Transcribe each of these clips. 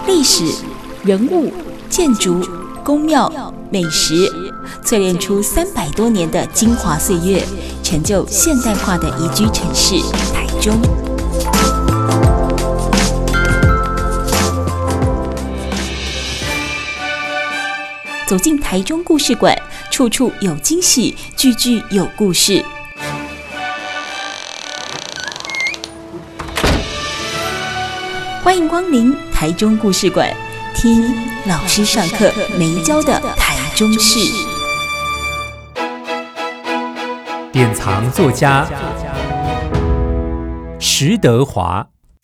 历史、人物、建筑、宫庙、美食，淬炼出300多年的精华岁月，成就现代化的宜居城市台中。走进台中故事馆，处处有惊喜，句句有故事。欢迎光临台中故事馆，听老师上课没教的台中事。 典藏作家石德华。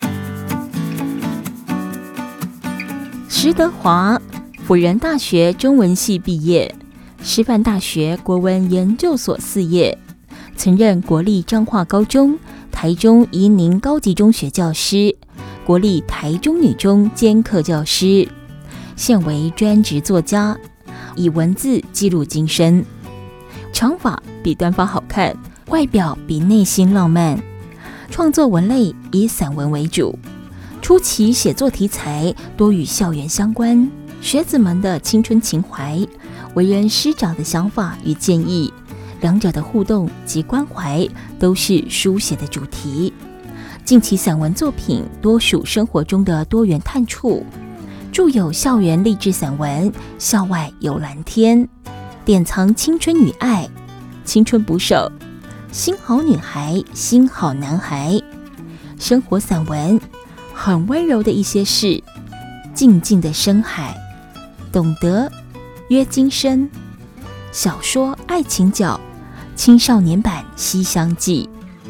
石德华，辅仁大学中文系毕业，师范大学国文研究所4业，曾任国立彰化高中、台中宜宁高级中学教师，国立台中女中兼课教师，现为专职作家，以文字记录今生。长发比短发好看，外表比内心浪漫。创作文类以散文为主，初期写作题材多与校园相关，学子们的青春情怀，为人师长的想法与建议，两者的互动及关怀都是书写的主题。近期散文作品多属生活中的多元探触，著有校园励志散文《校外有蓝天》，典藏青春与爱、青春捕手、新好女孩、新好男孩，生活散文很温柔的一些事，静静的深海，懂得约今生，小说爱情角，青少年版西厢记。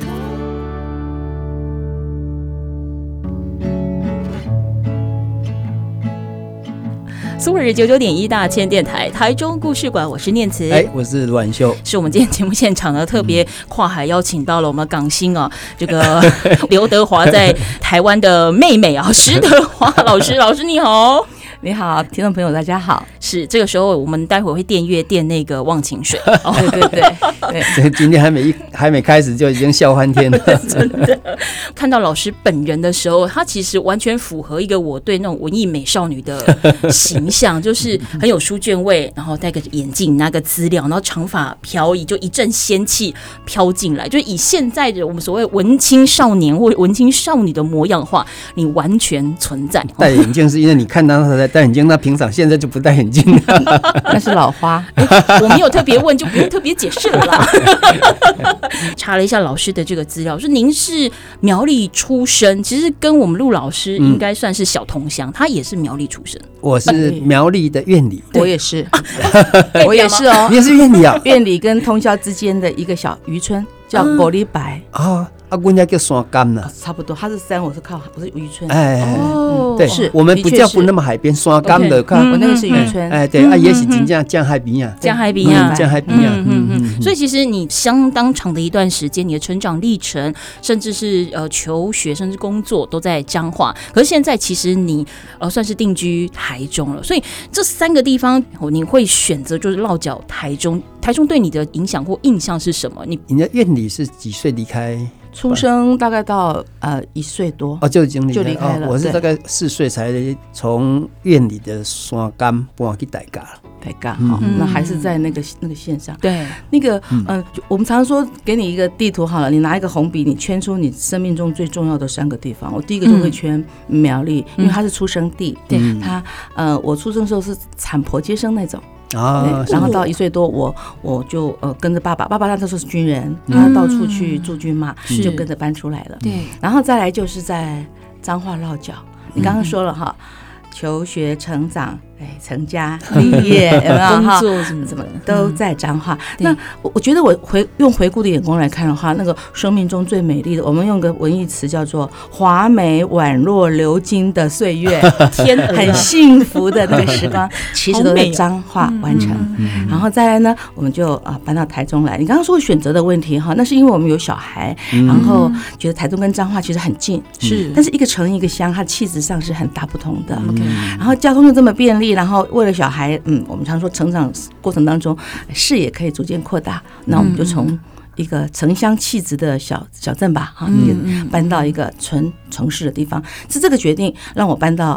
苏尔99.1大千电台台中故事馆，我是念慈， 我是阮秀， 是我们今天节目现场呢特别跨海邀请到了我们港星啊，这个刘德华在台湾的妹妹啊，石德华老师，老师你好。 你好，听众朋友大家好。 是这个时候，我们待会会电乐电那个忘情水。 对，今天还没开始就已经笑翻天了。 真的，看到老师本人的时候，他其实完全符合一个我对那种文艺美少女的形象，就是很有书卷味，然后戴个眼镜，拿个资料，然后长发飘逸，就一阵仙气飘进来，就以现在的我们所谓文青少年或文青少女的模样化，你完全存在。 戴眼镜是因为你看到他在戴眼镜，那平常现在就不戴眼镜了。 那是老花。 我没有特别问，就不用特别解释了啦。查了一下老师的这个资料，说您是苗栗出生，其实跟我们陆老师应该算是小同乡，他也是苗栗出生。 我是苗栗的苑里， 我也是，我也是哦。 你也是苑里啊？ 苑里跟通霄之间的一个小渔村叫五里白啊。我家叫山甘啦， 差不多，他是山，我是渔村。 对， 是我们比较不那么海边，山甘的， 我那个是渔村。 对，也是真正江海边啊， 江海边啊， 江海边啊。 所以其实你相当长的一段时间，你的成长历程，甚至是求学，甚至工作都在彰化。可是现在其实你算是定居台中了，所以这3个地方你会选择就是落脚台中。台中对你的影响或印象是什么？ 你的苑里是几岁离开？ 出生大概到1岁多就已经离开了。 我是大概4岁才从苑里的山甘搬去台嘉了。 台嘉那还是在那个线上。 对， 那个我们常说给你一个地图好了，你拿一个红笔，你圈出你生命中最重要的3个地方。我第一个就会圈苗栗，因为它是出生地。对，它我出生的时候是产婆接生那种。然后到1岁多，我就跟着爸爸那时候是军人，他到处去驻军嘛，就跟着搬出来了。对，然后再来就是在彰化落脚。你刚刚说了哈，求学成长，成家立业，有没有工作什么都在彰化。那我觉得我用回顾的眼光来看的话，那个生命中最美丽的，我们用个文艺词叫做华美宛若流金的岁月，天很幸福的那个时光，其实都在彰化完成。然后再来呢，我们就搬到台中来。你刚刚说选择的问题哈，那是因为我们有小孩，然后觉得台中跟彰化其实很近，是，但是一个城一个乡，它气质上是很大不同的。然后交通又这么便利。然后为了小孩，我们常说成长过程当中视野可以逐渐扩大，那我们就从一个城乡气质的小镇吧，搬到一个纯城市的地方。是这个决定让我搬到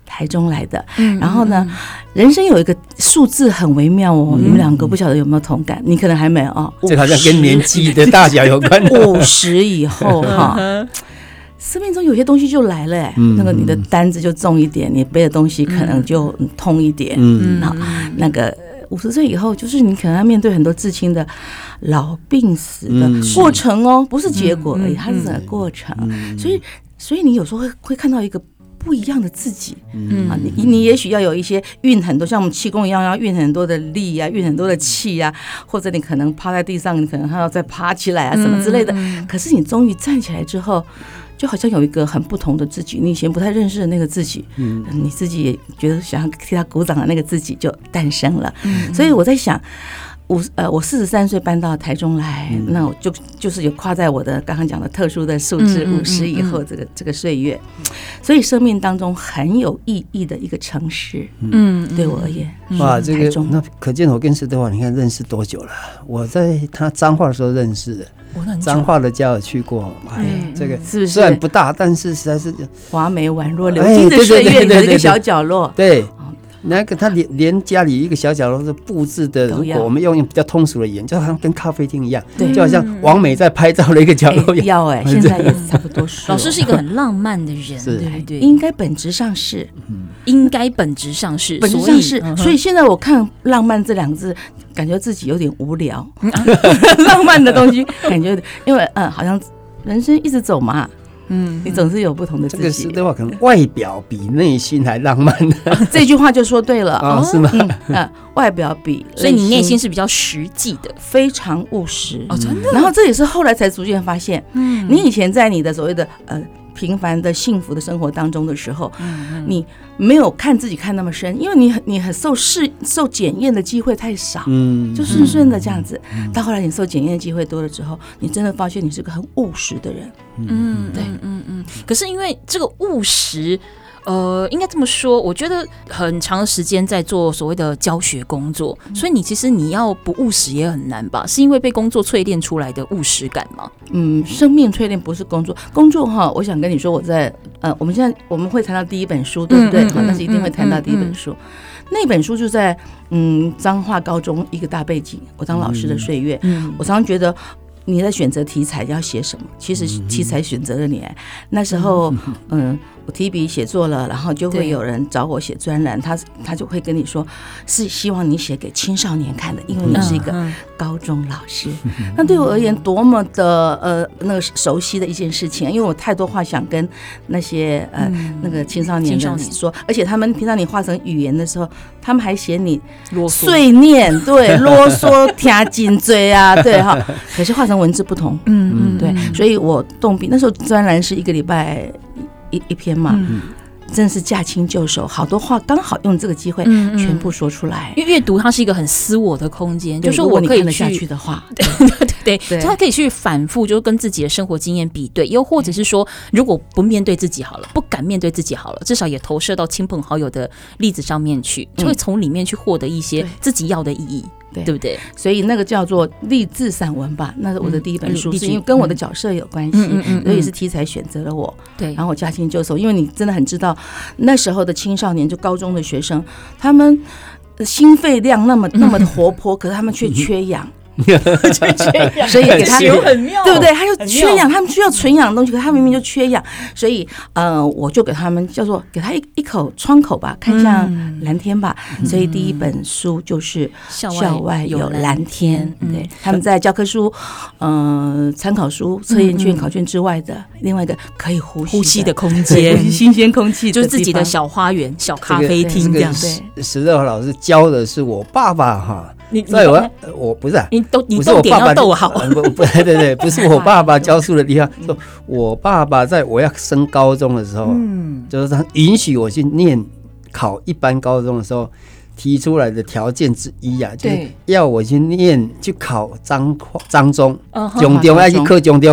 台中来的。然后呢，人生有一个数字很微妙哦，你们两个不晓得有没有同感？你可能还没有哦。 这好像跟年纪的大小有关。 50以后哈。生命中有些东西就来了，那个你的担子就重一点，你背的东西可能就通一点。那个50岁以后，就是你可能要面对很多至亲的老病死的过程哦，不是结果而已，它是整个过程。所以你有时候会看到一个不一样的自己。你也许要有一些运很多，像我们气功一样，要运很多的力啊，运很多的气啊，或者你可能趴在地上，你可能还要再爬起来啊，什么之类的。可是你终于站起来之后，就好像有一个很不同的自己，你以前不太认识的那个自己，你自己也觉得想要替他鼓掌的那个自己就诞生了。所以我在想，我43岁搬到台中来，那我就是有跨在我的刚刚讲的特殊的数字50以后这个岁月，所以生命当中很有意义的一个城市。对我而言， 哇，这个那可见我跟施德华，你看认识多久了？我在他彰化的时候认识的。彰化的家有去过，这个是不是虽然不大，但是实在是华美宛若流金的岁月的一个小角落。 对，那个他连家里一个小角落是布置的，如果我们用比较通俗的语言，就好像跟咖啡厅一样，就好像王美在拍照的一个角落一样。 现在也差不多是。 老师是一个很浪漫的人，对对， 应该本质上是， 本质上是， 所以现在我看浪漫这两个字，感觉自己有点无聊。浪漫的东西感觉因为好像人生一直走嘛，你总是有不同的自己。 这个是的话，可能外表比内心还浪漫。 这句话就说对了。 是吗？ 外表比， 所以你内心是比较实际的， 非常务实。 真的。 然后这也是后来才逐渐发现，你以前在你的所谓的平凡的幸福的生活当中的时候，你没有看自己看那么深，因为你很受检验的机会太少，就顺顺的这样子。到后来你受检验的机会多了之后，你真的发现你是个很务实的人。对， 可是因为这个务实。应该这么说，我觉得很长的时间在做所谓的教学工作，所以其实你要不务实也很难吧？是因为被工作淬炼出来的务实感吗？ 生命淬炼不是工作，工作哈，我想跟你说，我在我们现在我们会谈到第一本书，对不对？但是一定会谈到第一本书。那本书就在彰化高中一个大背景，我当老师的岁月，我常常觉得。你在选择题材要写什么？其实题材选择了你。那时候，我提笔写作了，然后就会有人找我写专栏，他就会跟你说，是希望你写给青少年看的，因为你是一个高中老师。那对我而言，多么的那个熟悉的一件事情，因为我太多话想跟那些那个青少年人说，而且他们平常你画成语言的时候，他们还嫌你碎念，对，啰嗦，听紧嘴啊，对哈。可是画成文字不同，对，所以我动笔那时候专栏是1个礼拜一篇嘛，真是驾轻就熟，好多话刚好用这个机会全部说出来。 因为阅读它是一个很私我的空间，就是说我可以看下去的话， 对，他可以去反复，就是跟自己的生活经验比对，又或者是说，如果不面对自己好了，不敢面对自己好了，至少也投射到亲朋好友的例子上面去，就会从里面去获得一些自己要的意义。对不对？ 所以那个叫做励志散文吧，那是我的第一本书，是因为跟我的角色有关系，所以是题材选择了我。对，然后我驾轻就熟，因为你真的很知道那时候的青少年，就高中的学生，他们心肺量那么的活泼，可是他们却缺氧。所以给他很妙， 对不对？他就缺氧，他们需要纯氧的东西，可是他明明就缺氧，所以我就给他们叫做给他一口窗口吧，看向蓝天吧。所以第一本书就是校外有蓝天。对，他们在教科书、参考书、测验卷、考卷之外的另外一个可以呼吸的空间，呼吸新鲜空气， 就是自己的小花园、小咖啡厅这样。 对，石乐老师教的是我爸爸哈。我不是你逗点要逗好， 对，不是我爸爸教书的地方。说我爸爸在我要升高中的时候，就是他允许我去考一般高中的时候提出来的条件之一啊，就是要我去考彰中，中要去考中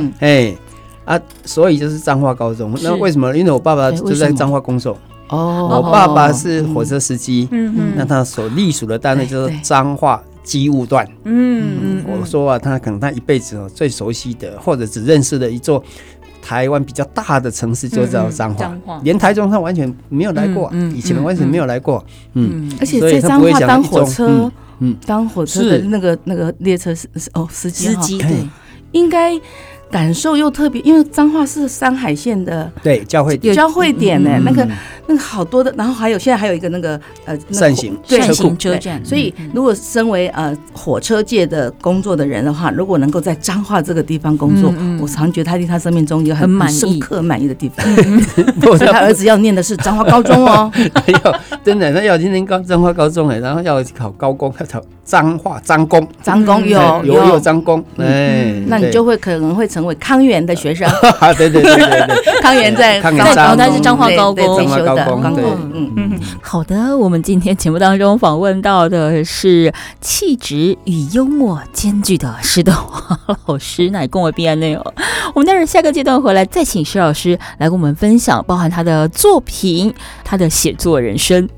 所以就是彰化高中。那为什么？因为我爸爸就在彰化工作。我爸爸是火车司机，那他所隶属的单位就是彰化机务段。我说啊，他可能他一辈子最熟悉的或者只认识的一座台湾比较大的城市就叫彰化，连台中他完全没有来过，以前完全没有来过， 而且在彰化当火车，当火车的那个列车司机对，应该感受又特别，因为彰化是山海线的对交汇点呢，那个好多的，然后现在还有一个那个扇形车站， 所以如果身为火车界的工作的人的话，如果能够在彰化这个地方工作，我常觉得他对他生命中有很深刻满意的地方。所以他儿子要念的是彰化高中哦， 真的，他要去念彰化高中然后要考高工，要考彰化彰工有彰工， 那你就可能会成为康源的学生。 对， 康源在他是彰化高工。 好的，我们今天节目当中访问到的是气质与幽默兼具的施德华老师，那也跟我毕业内容。我们待会儿下个阶段回来再请施老师来跟我们分享，包含他的作品，他的写作人生。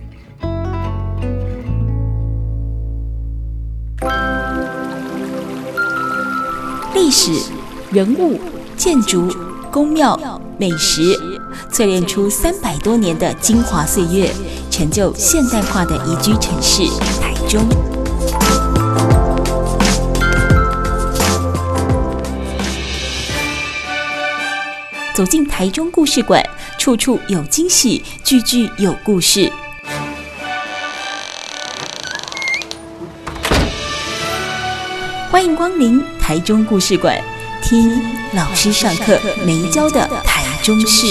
历史、人物、建筑、宫庙、美食，淬炼出300多年的精华岁月，成就现代化的宜居城市台中。走进台中故事馆，处处有惊喜，句句有故事。欢迎光临台中故事馆，听老师上课没教的台中市。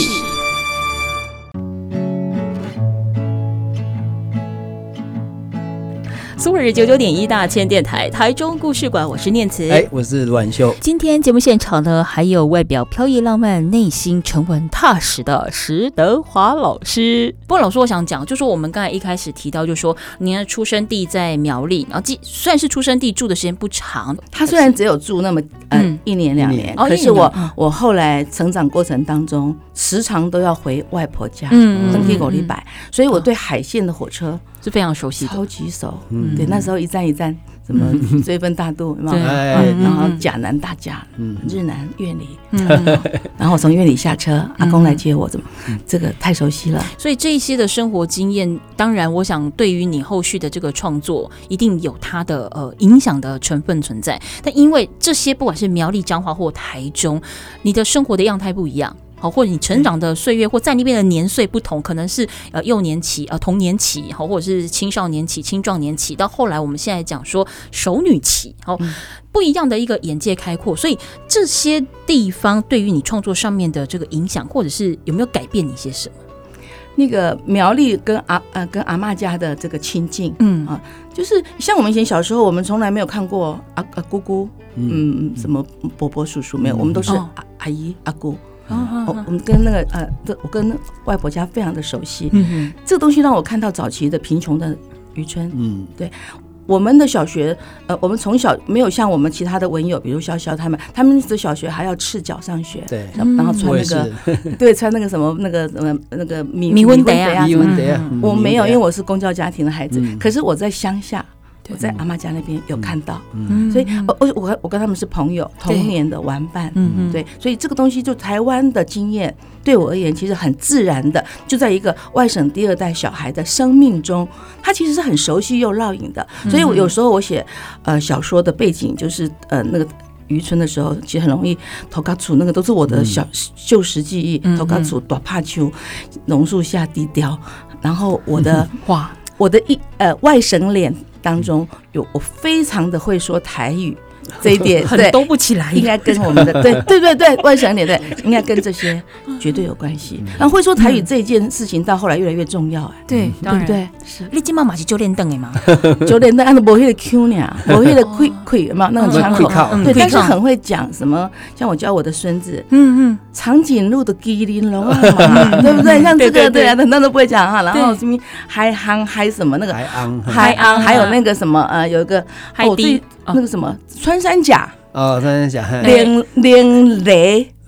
苏尔99.1大千电台台中故事馆，我是念慈， 我是阮秀。 今天节目现场呢，还有外表飘逸浪漫、内心沉稳踏实的施德华老师。不过老师，我想讲，就说我们刚才一开始提到，就说您的出生地在苗栗，然后虽然是出生地，住的时间不长， 他虽然只有住那么1年2年，可是我后来成长过程当中，时常都要回外婆家，登记5礼拜，所以我对海线的火车是非常熟悉的， 超级熟。对，那时候一站一站，什么追分大渡，然后甲南大甲，日南苑里，然后我从苑里下车，阿公来接我，怎么这个太熟悉了。 所以这一些的生活经验，当然我想对于你后续的这个创作，一定有它的影响的成分存在。但因为这些不管是苗栗、彰化或台中，你的生活的样态不一样。好，或者你成长的岁月，或在那边的年岁不同，可能是幼年期、童年期，好，或者是青少年期、青壮年期，到后来我们现在讲说熟女期，好，不一样的一个眼界开阔，所以这些地方对于你创作上面的这个影响，或者是有没有改变你些什么？ 那个苗栗跟阿嬷家的这个亲近，就是像我们以前小时候，我们从来没有看过姑姑，什么伯伯叔叔没有，我们都是阿姨阿姑。我们跟那个我跟外婆家非常的熟悉，这个东西让我看到早期的贫穷的渔村，对。我们的小学，我们从小没有像我们其他的文友，比如潇潇他们的小学还要赤脚上学， 对， 然后穿那个，对，穿那个什么那个米温德啊，我没有，因为我是公教家庭的孩子，可是我在乡下。我在阿嬷家那边有看到，所以我跟他们是朋友，童年的玩伴，对，所以这个东西就台湾的经验对我而言，其实很自然的，就在一个外省第2代小孩的生命中，他其实是很熟悉又烙印的。所以我有时候我写小说的背景就是那个渔村的时候，其实很容易头嘎厝，那个都是我的旧时记忆，头嘎厝大帕丘，榕树下低调，然后我的外省脸当中我非常的会说台语，这一点很兜不起来， 应该跟我们的对外省脸对，应该跟这些绝对有关系。然后会说台语这一件事情到后来越来越重要， 对， 对不对？ 是你今嘛是9连凳的嘛 ？9连凳按照没那个 Q 呢，没那个溃嘛，那个腔口，对，但是很会讲什么，像我教我的孙子，长颈鹿的麒麟龙啊嘛，对不对？像这个对啊，很多人都不会讲哈。然后什么海昂海什么那个海昂，还有那个什么有一个海底那个什么穿山甲。 穿山甲， 连雷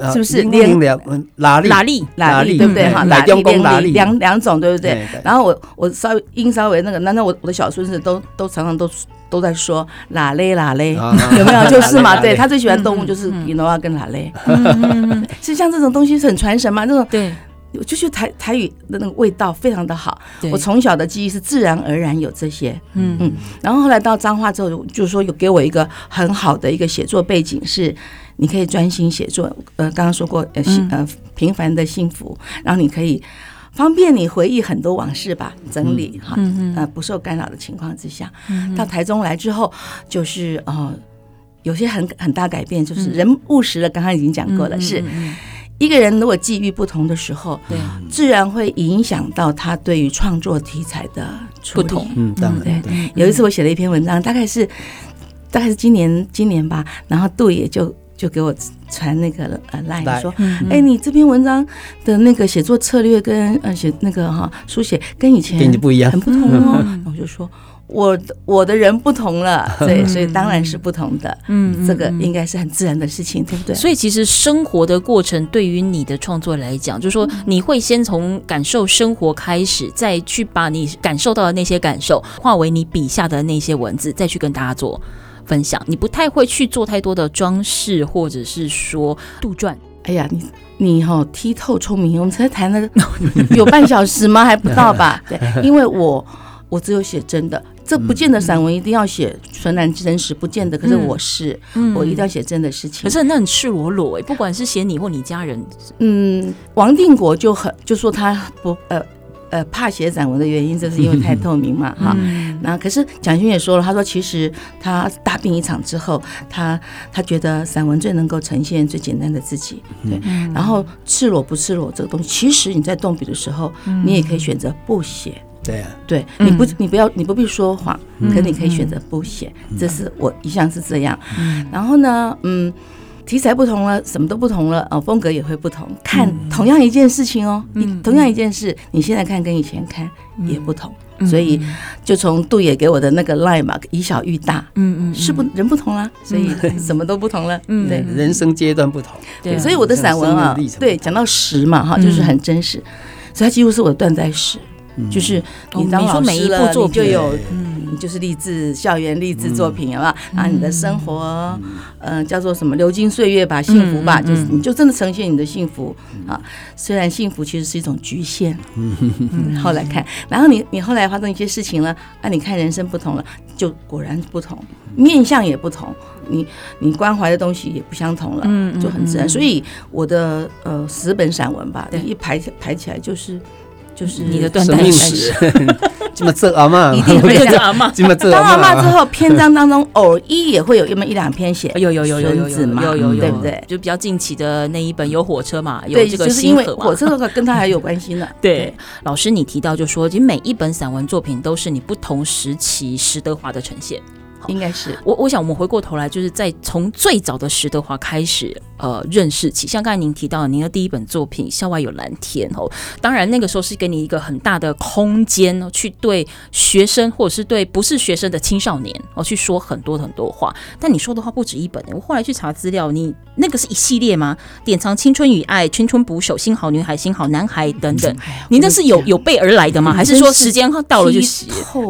是不是？ 拉力， 对不对？哈， 拉力两种，对不对？然后我稍微那个，难道我的小孙子都常常都在说拉嘞，有没有？就是嘛，对他最喜欢动物就是吉诺瓦跟拉嘞，是像这种东西是很传神嘛，那种对。 我就觉得台语的那个味道非常的好，我从小的记忆是自然而然有这些，然后后来到彰化之后，就是说有给我一个很好的一个写作背景，是你可以专心写作，刚刚说过平凡的幸福，然后你可以方便你回忆很多往事吧，整理哈，不受干扰的情况之下，到台中来之后，就是有些很大改变，就是人务实了，刚刚已经讲过了，是。一个人如果际遇不同的时候，自然会影响到他对于创作题材的处理。不同， 当然。 对，有一次我写了一篇文章，大概是今年吧，然后杜也就给我传那个line 说，你这篇文章的那个写作策略跟写那个书写跟以前不一样， 很不同哦。我就说。我的人不同了，对，所以当然是不同的，这个应该是很自然的事情，对不对？ 所以其实生活的过程对于你的创作来讲，就是说你会先从感受生活开始，再去把你感受到的那些感受化为你笔下的那些文字，再去跟大家做分享。你不太会去做太多的装饰，或者是说杜撰。 哎呀，你剔透聪明，我们才谈了有半小时吗？还不到吧？对，因为我只有写真的。这不见得散文一定要写纯然真实，不见得。可是我一定要写真的事情。 可是那很赤裸裸不管是写你或你家人。 王定国就说他不怕写散文的原因，就是因为太透明嘛哈。那可是蒋勋也说了，他说其实他大病一场之后，他觉得散文最能够呈现最简单的自己。对，然后赤裸不赤裸这个东西，其实你在动笔的时候，你也可以选择不写。对，你不必说谎，可你可以选择不写，这是我一向是这样。然后呢，题材不同了，什么都不同了，风格也会不同。看同样一件事情同样一件事，你现在看跟以前看也不同。所以就从杜也给我的那个 line 嘛，以小喻大，是人不同啦，所以什么都不同了。对， 人生阶段不同。 对，所以我的散文对，讲到实嘛哈，就是很真实，所以它几乎是我的断载史。就是你当老师了，你就有就是励志校园励志作品，好不好？然后你的生活叫做什么流金岁月吧，幸福吧，就是你就真的呈现你的幸福啊。虽然幸福其实是一种局限，后来看，然后你后来发生一些事情了，你看人生不同了，就果然不同，面向也不同，你关怀的东西也不相同了，就很自然。所以我的10本散文吧，一排起来就是你的断代史， 这么这阿嬷， 一定会这阿嬷， 当阿嬷之后，篇章当中偶一也会有一两篇写有孙子嘛，对不对？ 就比较近期的那一本有火车嘛，有这个星河嘛，就是因为火车的跟他还有关系呢。 对，老师你提到就说，其实每一本散文作品都是你不同时期石德华的呈现。 应该是我想我们回过头来，就是在从最早的石德华开始认识起，像刚才您提到的您的第一本作品《校外有蓝天》当然那个时候是给你一个很大的空间去对学生或者是对不是学生的青少年去说很多话，但你说的话不止一本。我后来去查资料，你那个是一系列吗？典藏青春与爱、青春捕手、新好女孩、新好男孩等等，你那是有备而来的吗？还是说时间到了就写？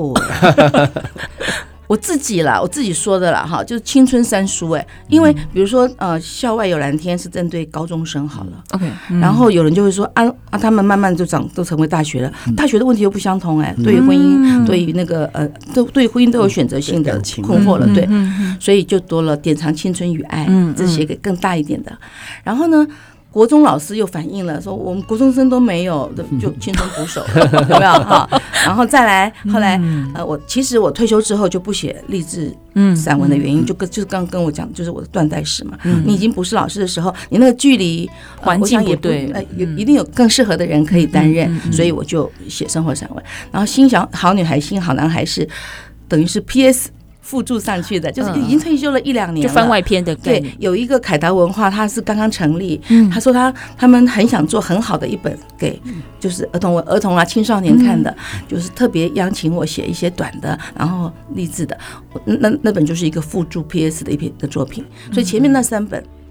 我自己说的啦哈，就是青春三书因为比如说校外有蓝天是针对高中生好了 ，OK， 然后有人就会说他们慢慢就都成为大学了，大学的问题又不相同对于婚姻，对于那个对于婚姻都有选择性的困惑了，对，所以就多了典藏青春与爱，这写给更大一点的，然后呢。国中老师又反映了说，我们国中生都没有，就青春捕手，有没有哈？然后再来，后来其实我退休之后就不写励志散文的原因，就是刚跟我讲，就是我的断代史嘛。你已经不是老师的时候，你那个距离环境也对， 一定有更适合的人可以担任，所以我就写生活散文。然后新好女孩、新好男孩是等于是 PS。附注上去的，就是已经退休了1-2年了， 就番外篇的概念。 对，有一个凯达文化，他是刚刚成立，他说他们很想做很好的一本给就是儿童啊青少年看的，就是特别邀请我写一些短的，然后励志的，那本就是一个附注 PS 的一篇的作品，所以前面那3本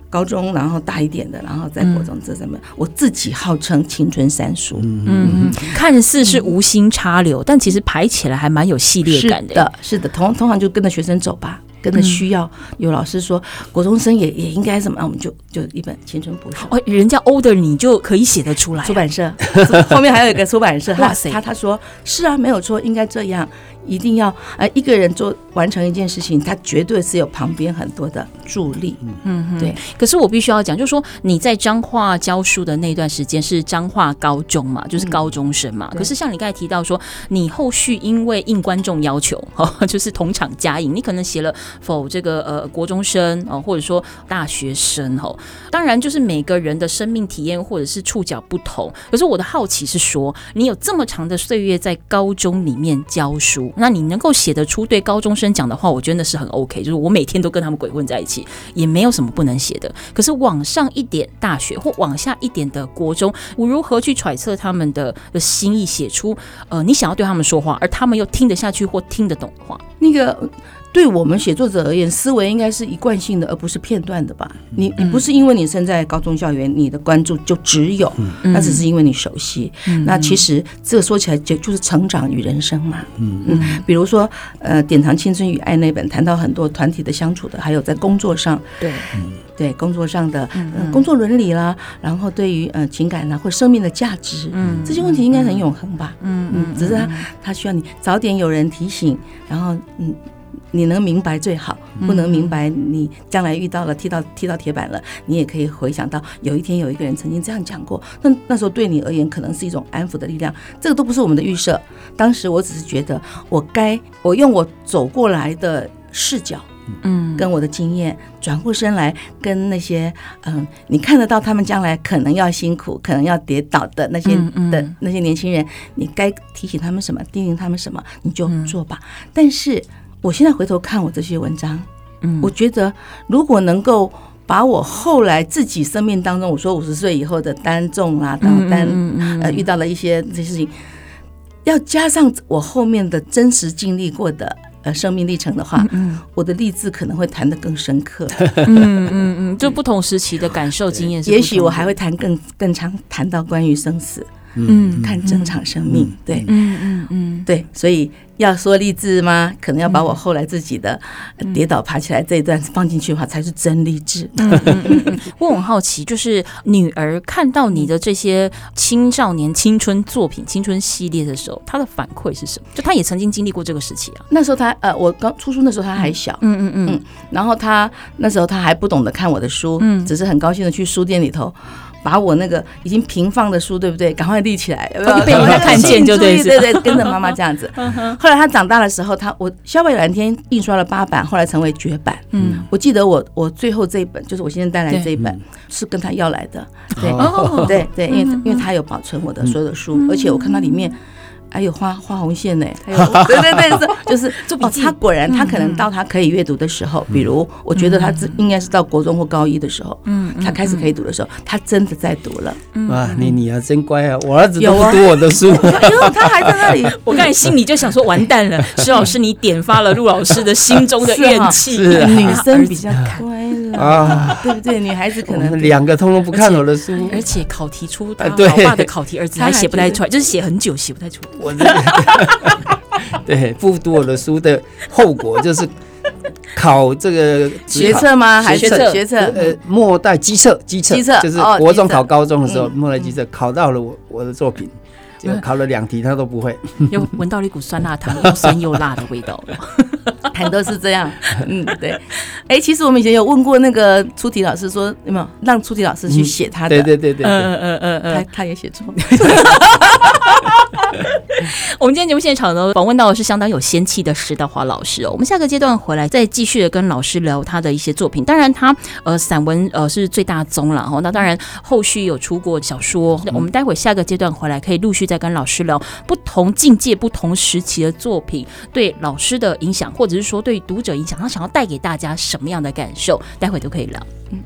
高中，然后大一点的，然后在国中这上面，我自己号称青春三叔。 看似是无心插柳，但其实排起来还蛮有系列感的。 是的，通常就跟着学生走吧。跟着需要，有老师说国中生也应该什么，我们就一本青春不朽。 人家 order 你就可以写得出来。 出版社后面还有一个出版社，他说是啊，没有错，应该这样，一定要一个人完成一件事情，他绝对是有旁边很多的助力。对。 可是我必须要讲，就是说你在彰化教书的那段时间是彰化高中嘛，就是高中生嘛。可是像你刚才提到说，你后续因为应观众要求，就是同场加映，你可能写了否这个国中生或者说大学生当然就是每个人的生命体验或者是触角不同。可是我的好奇是说，你有这么长的岁月在高中里面教书，那你能够写得出对高中生讲的话，我觉得那是很 OK。就是我每天都跟他们鬼混在一起，也没有什么不能写的。可是往上一点大学或往下一点的国中，我如何去揣测他们的心意，写出你想要对他们说话，而他们又听得下去或听得懂的话？ 那个对我们写作者而言，思维应该是一贯性的，而不是片段的吧？你不是因为你身在高中校园，你的关注就只有，那只是因为你熟悉。那其实这个说起来就是成长与人生嘛。比如说典藏青春与爱那本谈到很多团体的相处的，还有在工作上，对工作上的工作伦理啦，然后对于情感啦或生命的价值，这些问题应该很永恒吧？只是他需要你早点有人提醒，然后你能明白最好，不能明白，你将来遇到了踢到铁板了，你也可以回想到有一天有一个人曾经这样讲过，那时候对你而言可能是一种安抚的力量。这个都不是我们的预设，当时我只是觉得我用我走过来的视角，跟我的经验转过身来，跟那些你看得到他们将来可能要辛苦，可能要跌倒的那些年轻人，你该提醒他们什么，叮咛他们什么，你就做吧。但是我现在回头看我这些文章，我觉得如果能够把我后来自己生命当中，我说50岁以后的单重啦，遇到了一些这些事情，要加上我后面的真实经历过的生命历程的话，我的励志可能会谈得更深刻。 就不同时期的感受经验是不同的， 也许我还会更常谈到关于生死。看整场生命，对，对，所以要说励志吗？可能要把我后来自己的跌倒爬起来这一段放进去的话，才是真励志。 我很好奇，就是女儿看到你的这些青少年青春作品、青春系列的时候，她的反馈是什么？就她也曾经经历过这个时期啊。 那时候她我刚出书的时候她还小，然后她那时候她还不懂得看我的书，只是很高兴的去书店里头。把我那个已经平放的书，对不对？赶快立起来， 被人家看见就对， 对，跟着妈妈这样子。后来他长大的时候，我消费蓝天印刷了8版，后来成为绝版。我记得我最后这一本，就是我现在带来这一本，是跟他要来的。对，因为他有保存我的所有的书，而且我看到里面。还有画红线呢，还有对，就是做笔记。他果然，他可能到他可以阅读的时候，比如我觉得他应该是到国中或高1的时候，他开始可以读的时候，他真的在读了。 哇，你啊真乖啊！我儿子都不读我的书， 他还在那里。 我刚才心里就想说，完蛋了，施老师你点发了陆老师的心中的怨气。 女生比较乖了，对不对？女孩子可能 2个通通不看我的书， 而且考题出他老爸的考题，儿子还写不太出来，就是写很久写不太出来。 对，不读我的书的后果就是考这个学测吗？还是学测？ 末代基测，就是国中考高中的时候，末代基测考到了我的作品，就考了2题他都不会， 又闻到了一股酸辣汤，又酸又辣的味道。 很多是这样，对。其实我们以前有问过那个出题老师说，有没有让出题老师去写他的？ 对， 他也写错。 我们今天节目现场呢，访问到的是相当有仙气的施德华老师哦。我们下个阶段回来再继续的跟老师聊他的一些作品。当然他散文是最大宗了哈。那当然后续有出过小说。我们待会下个阶段回来可以陆续再跟老师聊不同境界、不同时期的作品对老师的影响，或者是说对读者影响，他想要带给大家什么样的感受，待会都可以聊。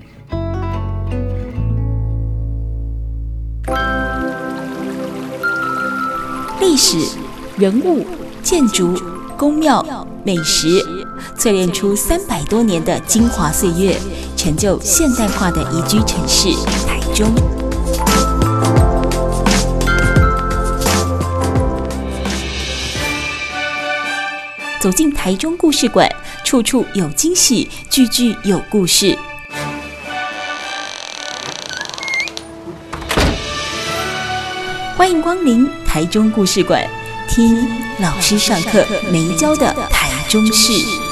历史、人物、建筑、宫庙、美食，淬炼出300多年的精华岁月， 成就现代化的宜居城市台中。走进台中故事馆，处处有惊喜，句句有故事。欢迎光临台中故事馆，听老师上课没教的台中事。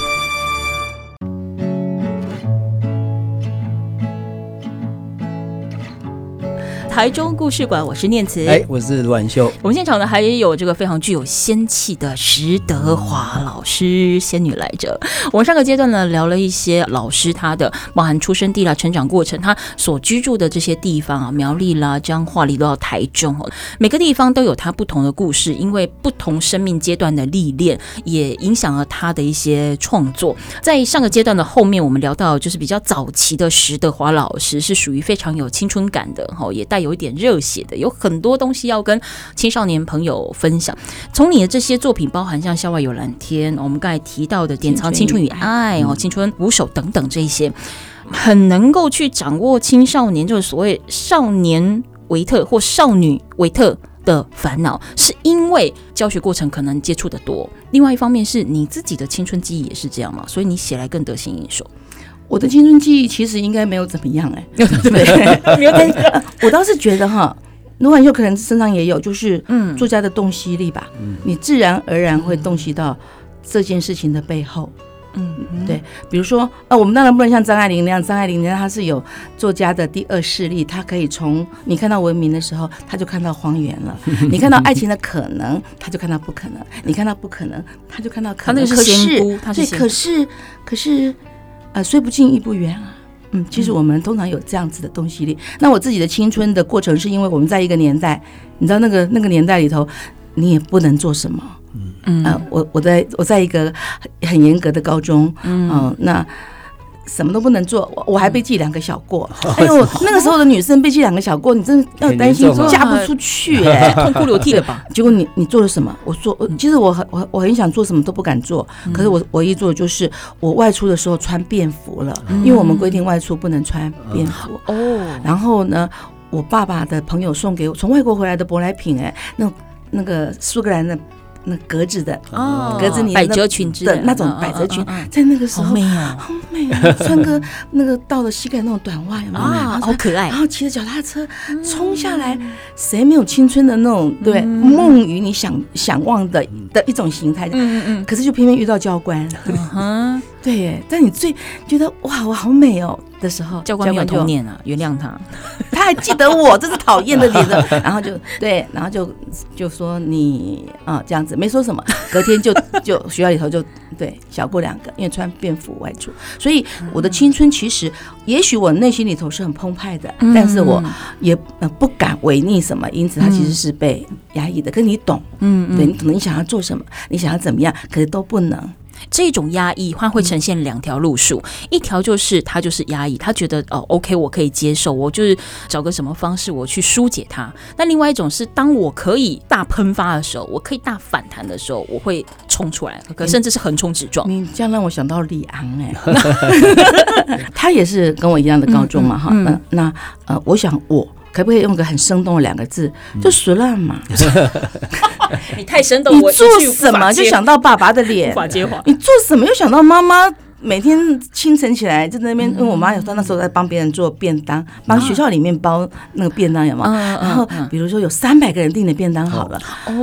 台中故事馆，我是念慈， 我是阮秀。 我们现场呢还有这个非常具有仙气的石德华老师，仙女来着。我们上个阶段呢聊了一些老师他的包含出生地啦、成长过程，他所居住的这些地方啊，苗栗啦、彰化、离到台中，每个地方都有他不同的故事，因为不同生命阶段的历练，也影响了他的一些创作。在上个阶段的后面，我们聊到就是比较早期的石德华老师，是属于非常有青春感的，也带有一点热血的，有很多东西要跟青少年朋友分享。从你的这些作品，包含像《校外有蓝天》，我们刚才提到的《典藏青春与爱》、青春五首等等，这一些很能够去掌握青少年，就是所谓少年维特或少女维特的烦恼，是因为教学过程可能接触的多，另外一方面是你自己的青春记忆也是这样嘛，所以你写来更得心应手。 我的青春记忆其实应该没有怎么样对不对？没有怎么样。我倒是觉得卢婉秀可能身上也有，就是作家的洞悉力吧，你自然而然会洞悉到这件事情的背后。对，比如说我们当然不能像张爱玲那样，张爱玲她是有作家的第二视力，她可以从你看到文明的时候，她就看到荒原了；你看到爱情的可能，她就看到不可能；你看到不可能，她就看到可能。 她那是仙姑，她是仙姑。 可是虽不近亦不远啊。其实我们通常有这样子的洞悉力。那我自己的青春的过程，是因为我们在一个年代，你知道那个年代里头，你也不能做什么。我在一个很严格的高中，那什么都不能做，我还被记2个小过。哎呦，那个时候的女生被记2个小过，你真的要担心嫁不出去， 痛哭流涕了吧？ 结果你做了什么？我说，其实我很想做什么都不敢做，可是我唯一做的就是我外出的时候穿便服了，因为我们规定外出不能穿便服。然后呢，我爸爸的朋友送给我从外国回来的舶来品，那个苏格兰的。那格子的格子里百褶裙子的那种百褶裙，在那个时候好美啊， 好美啊！穿个那个到了膝盖那种短袜，有没有好可爱。 然后骑着脚踏车冲下来，谁没有青春的那种对梦与你想望的一种形态？可是就偏偏遇到教官，对耶。但你最觉得哇，我好美哦的时候， 教官没有童年啊，原谅他， 他还记得我，这是讨厌的点的。然后就说你这样子，没说什么。隔天就学校里头就对小过2个，因为穿便服外出。所以我的青春其实，也许我内心里头是很澎湃的，但是我也不敢违逆什么，因此它其实是被压抑的。可是你懂，对你懂得你想要做什么，你想要怎么样，可是都不能。 这种压抑它会呈现2条路数，一条就是他就是压抑，他觉得OK 我可以接受，我就是找个什么方式我去疏解它。那另外一种是当我可以大喷发的时候，我可以大反弹的时候，我会冲出来，甚至是横冲直撞。 你这样让我想到李昂他也是跟我一样的高中嘛那我想我可不可以用个很生动的2个字，就熟烂嘛？ 你太生动， 你做什么就想到爸爸的脸， 无法接话。 你做什么又想到妈妈每天清晨起来就在那边，因为我妈有时候那时候在帮别人做便当，帮学校里面包那个便当，有吗？然后比如说有300个人订的便当好了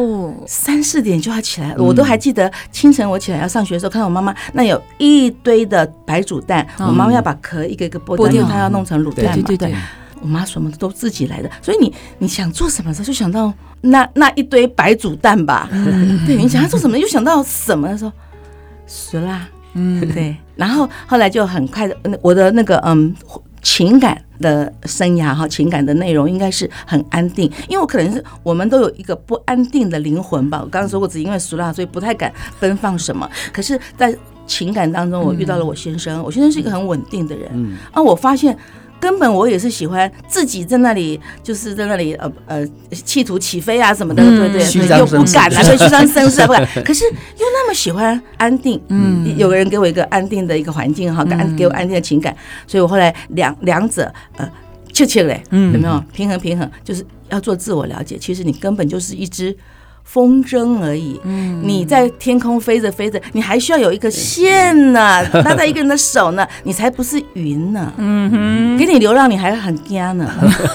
，3、4点就要起来，我都还记得清晨我起来要上学的时候，看到我妈妈那有一堆的白煮蛋，我妈妈要把壳一个一个剥掉，因为她要弄成卤蛋嘛。对。我妈什么都自己来的，所以你想做什么的时候就想到那一堆白煮蛋吧，对，你想要做什么又想到什么的时候，熟啦，对，然后后来就很快的，我的那个情感的生涯情感的内容应该是很安定，因为我可能是我们都有一个不安定的灵魂吧。我刚刚说过，只因为熟啦，所以不太敢奔放什么。可是，在情感当中，我遇到了我先生，我先生是一个很稳定的人，我发现根本我也是喜欢自己在那里，就是在那里企图起飞啊什么的，对对，又不敢啊，对，虚张声势啊，不敢。可是又那么喜欢安定，有个人给我一个安定的一个环境哈，给我安定的情感，所以我后来两者切嘞，有没有平衡？就是要做自我了解，其实你根本就是一只风筝而已，你在天空飞着，你还需要有一个线呢，拉在一个人的手呢，你才不是云呢。给你流浪，你还很惊呢。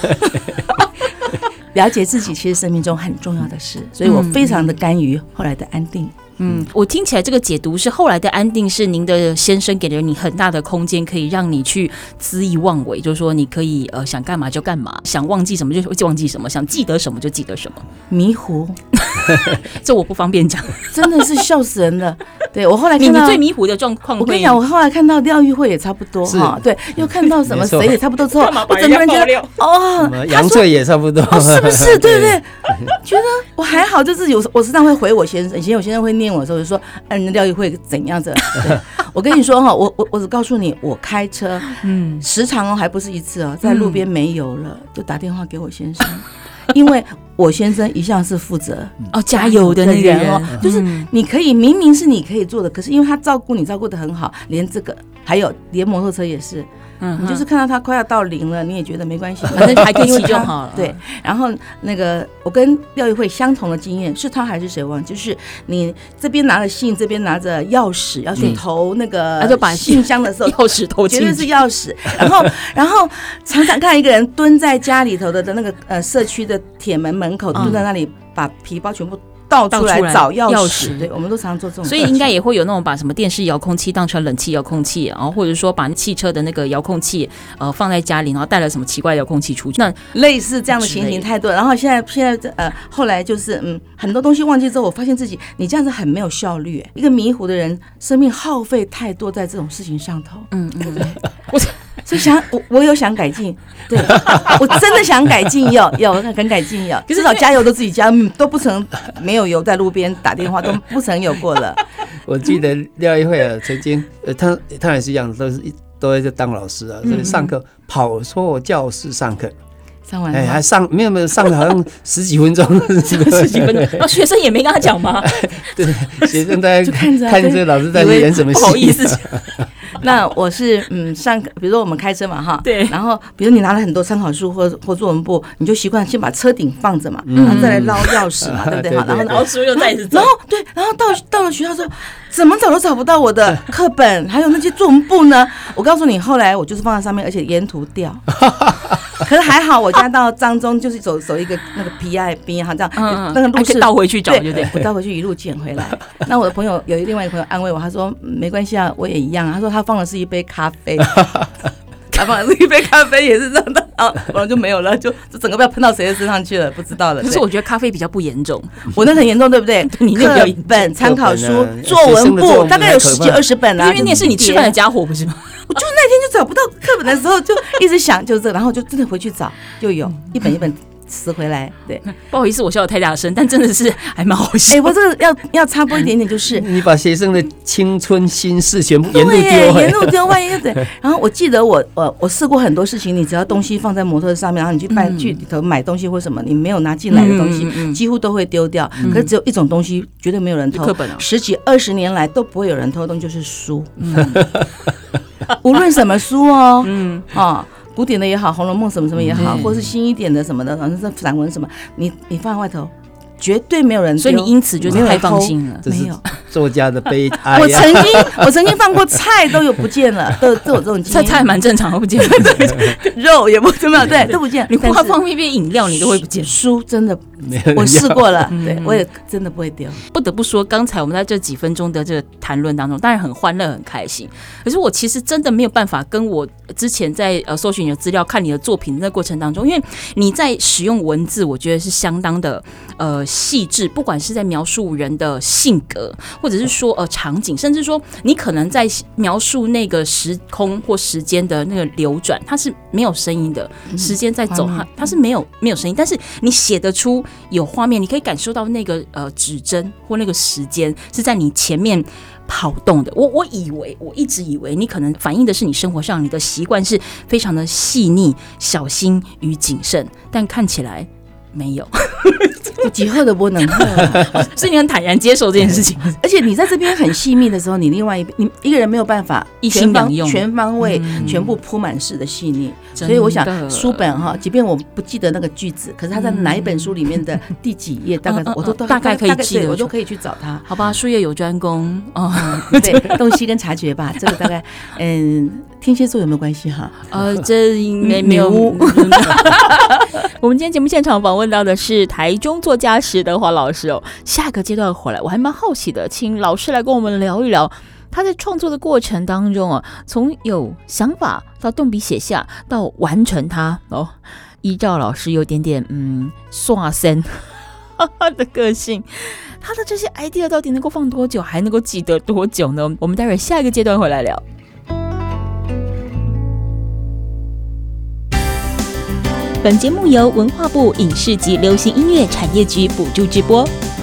了解自己，其实生命中很重要的事，所以我非常的甘于后来的安定。 我听起来这个解读是后来的安定是您的先生给了你很大的空间，可以让你去恣意妄为，就是说你可以想干嘛就干嘛，想忘记什么就忘记什么，想记得什么就记得什么。 迷糊， 这我不方便讲， 真的是笑死人了。对，我后来看到你最迷糊的状况， 我跟你讲，我后来看到廖玉慧也差不多哈，对，又看到什么谁也差不多之后，我整个人觉得杨翠也差不多， 是不是？对不对？觉得我还好，就是我时常会回我先生，以前我先生会念我的时候就说，廖玉慧怎样子？我跟你说哈，我只告诉你，我开车，时常还不是一次在路边没油了，就打电话给我先生。因为我先生一向是负责加油的那个人就是你可以明明是你可以做的，可是因为他照顾你照顾得很好，连这个还有连摩托车也是，你就是看到他快要到零了，你也觉得没关系，反正还可以骑就好了。对，然后那个我跟廖玉慧相同的经验，是他还是谁忘？就是你这边拿了信，这边拿着钥匙要去投那个就把信箱的时候， 钥匙投进去， 绝对是钥匙。然后常常看一个人蹲在家里头的那个社区的铁门口，蹲在那里把皮包全部倒出来找钥匙。对，我们都常做这种事， 所以应该也会有那种把什么电视遥控器当成冷气遥控器，然后或者说把汽车的那个遥控器放在家里，然后带了什么奇怪遥控器出去，那类似这样的情形太多。然后现在后来就是很多东西忘记之后，我发现自己你这样子很没有效率。一个迷糊的人，生命耗费太多在这种事情上头。对。所以我有想改进，对，我真的想改进，有很改进，至少加油都自己加，都不曾没有油在路边打电话都不曾有过了。 我记得廖玉慧曾经，他也是一样，都在当老师啊，所以上课跑错教室上课。 上完了， 还上没有上了好像十几分钟 ，10几分钟，学生也没跟他讲吗？ 对，学生在看这个老师在演什么戏， 不好意思。 那我是上课，比如说我们开车嘛哈， 对， 然后比如你拿了很多参考书或作文簿，你就习惯先把车顶放着嘛，然后再来捞钥匙嘛，对不对？然后书又再次走， 然后到了学校说怎么找都找不到我的课本，还有那些作文簿呢？我告诉你，后来我就是放在上面，而且沿途掉。可是还好，我家到彰中就是走一个那个皮爱边哈，这样那个路是倒回去找，对对， 我倒回去一路捡回来。那我的朋友另外一个朋友安慰我，他说没关系啊，我也一样。他说他放的是一杯咖啡，他放的是一杯咖啡也是这样的啊，然后就没有了，就整个不要喷到谁的身上去了，不知道了。 可是我觉得咖啡比较不严重， 我那很严重，对不对？你那个本、参考书、作文簿大概有10几20本啊， 因为那是你吃饭的家伙，不是吗？ 我就那天就找不到课本的时候，就一直想就是这个，然后就真的回去找，就有一本一本拾回来。对， 不好意思，我笑得太大声，但真的是还蛮好笑。 我这个要插播一点点，就是你把学生的青春心事全部沿路丢，万一对。然后我记得我试过很多事情，你只要东西放在摩托车上面，然后你去里头买东西或什么，你没有拿进来的东西，几乎都会丢掉。可是只有一种东西绝对没有人偷， 课本 10几20年来都不会有人偷的东西，就是书。无论什么书古典的也好，《红楼梦》什么什么也好，或是新一点的什么的，反正是散文什么，你放在外头，绝对没有人丢， 所以你因此就是太放心了。 没有作家的悲哀。 我曾经放过菜都有不见了，都有这种经验。 菜蛮正常，不见了。 肉也不怎么样，对，都不见。 你放一杯饮料，你都会不见。 书真的，我试过了，对我也真的不会丢。 不得不说，刚才我们在这几分钟的这个谈论当中，当然很欢乐、很开心。可是我其实真的没有办法跟我之前在搜寻你的资料、看你的作品的那个过程当中，因为你在使用文字，我觉得是相当的细致，不管是在描述人的性格，或者是说场景，甚至说你可能在描述那个时空或时间的那个流转，它是没有声音的，时间在走，它是没有声音，但是你写得出有画面，你可以感受到那个指针或那个时间是在你前面跑动的。我一直以为你可能反映的是你生活上你的习惯是非常的细腻、小心与谨慎，但看起来没有。 几何都不能喝， 所以你很坦然接受这件事情。 而且你在这边很细密的时候，你一个人没有办法一心两用、 全方位、全部铺满式的细腻。所以我想书本哈，即便我不记得那个句子，可是他在哪一本书里面的第几页，大概我都大概可以记得， 我都可以去找他。 好吧，术业有专攻哦。 对，洞悉跟察觉吧，这个大概天蝎座有没有关系哈？ 这应该没有。我们今天节目现场访问到的是台中作家石德华老师哦。下个阶段回来，我还蛮好奇的，请老师来跟我们聊一聊他在创作的过程当中啊，从有想法到动笔写下到完成它哦。依照老师有点刷身的个性，他的这些 idea 到底能够放多久，还能够记得多久呢？我们待会儿下一个阶段回来聊。本节目由文化部影视及流行音乐产业局补助直播。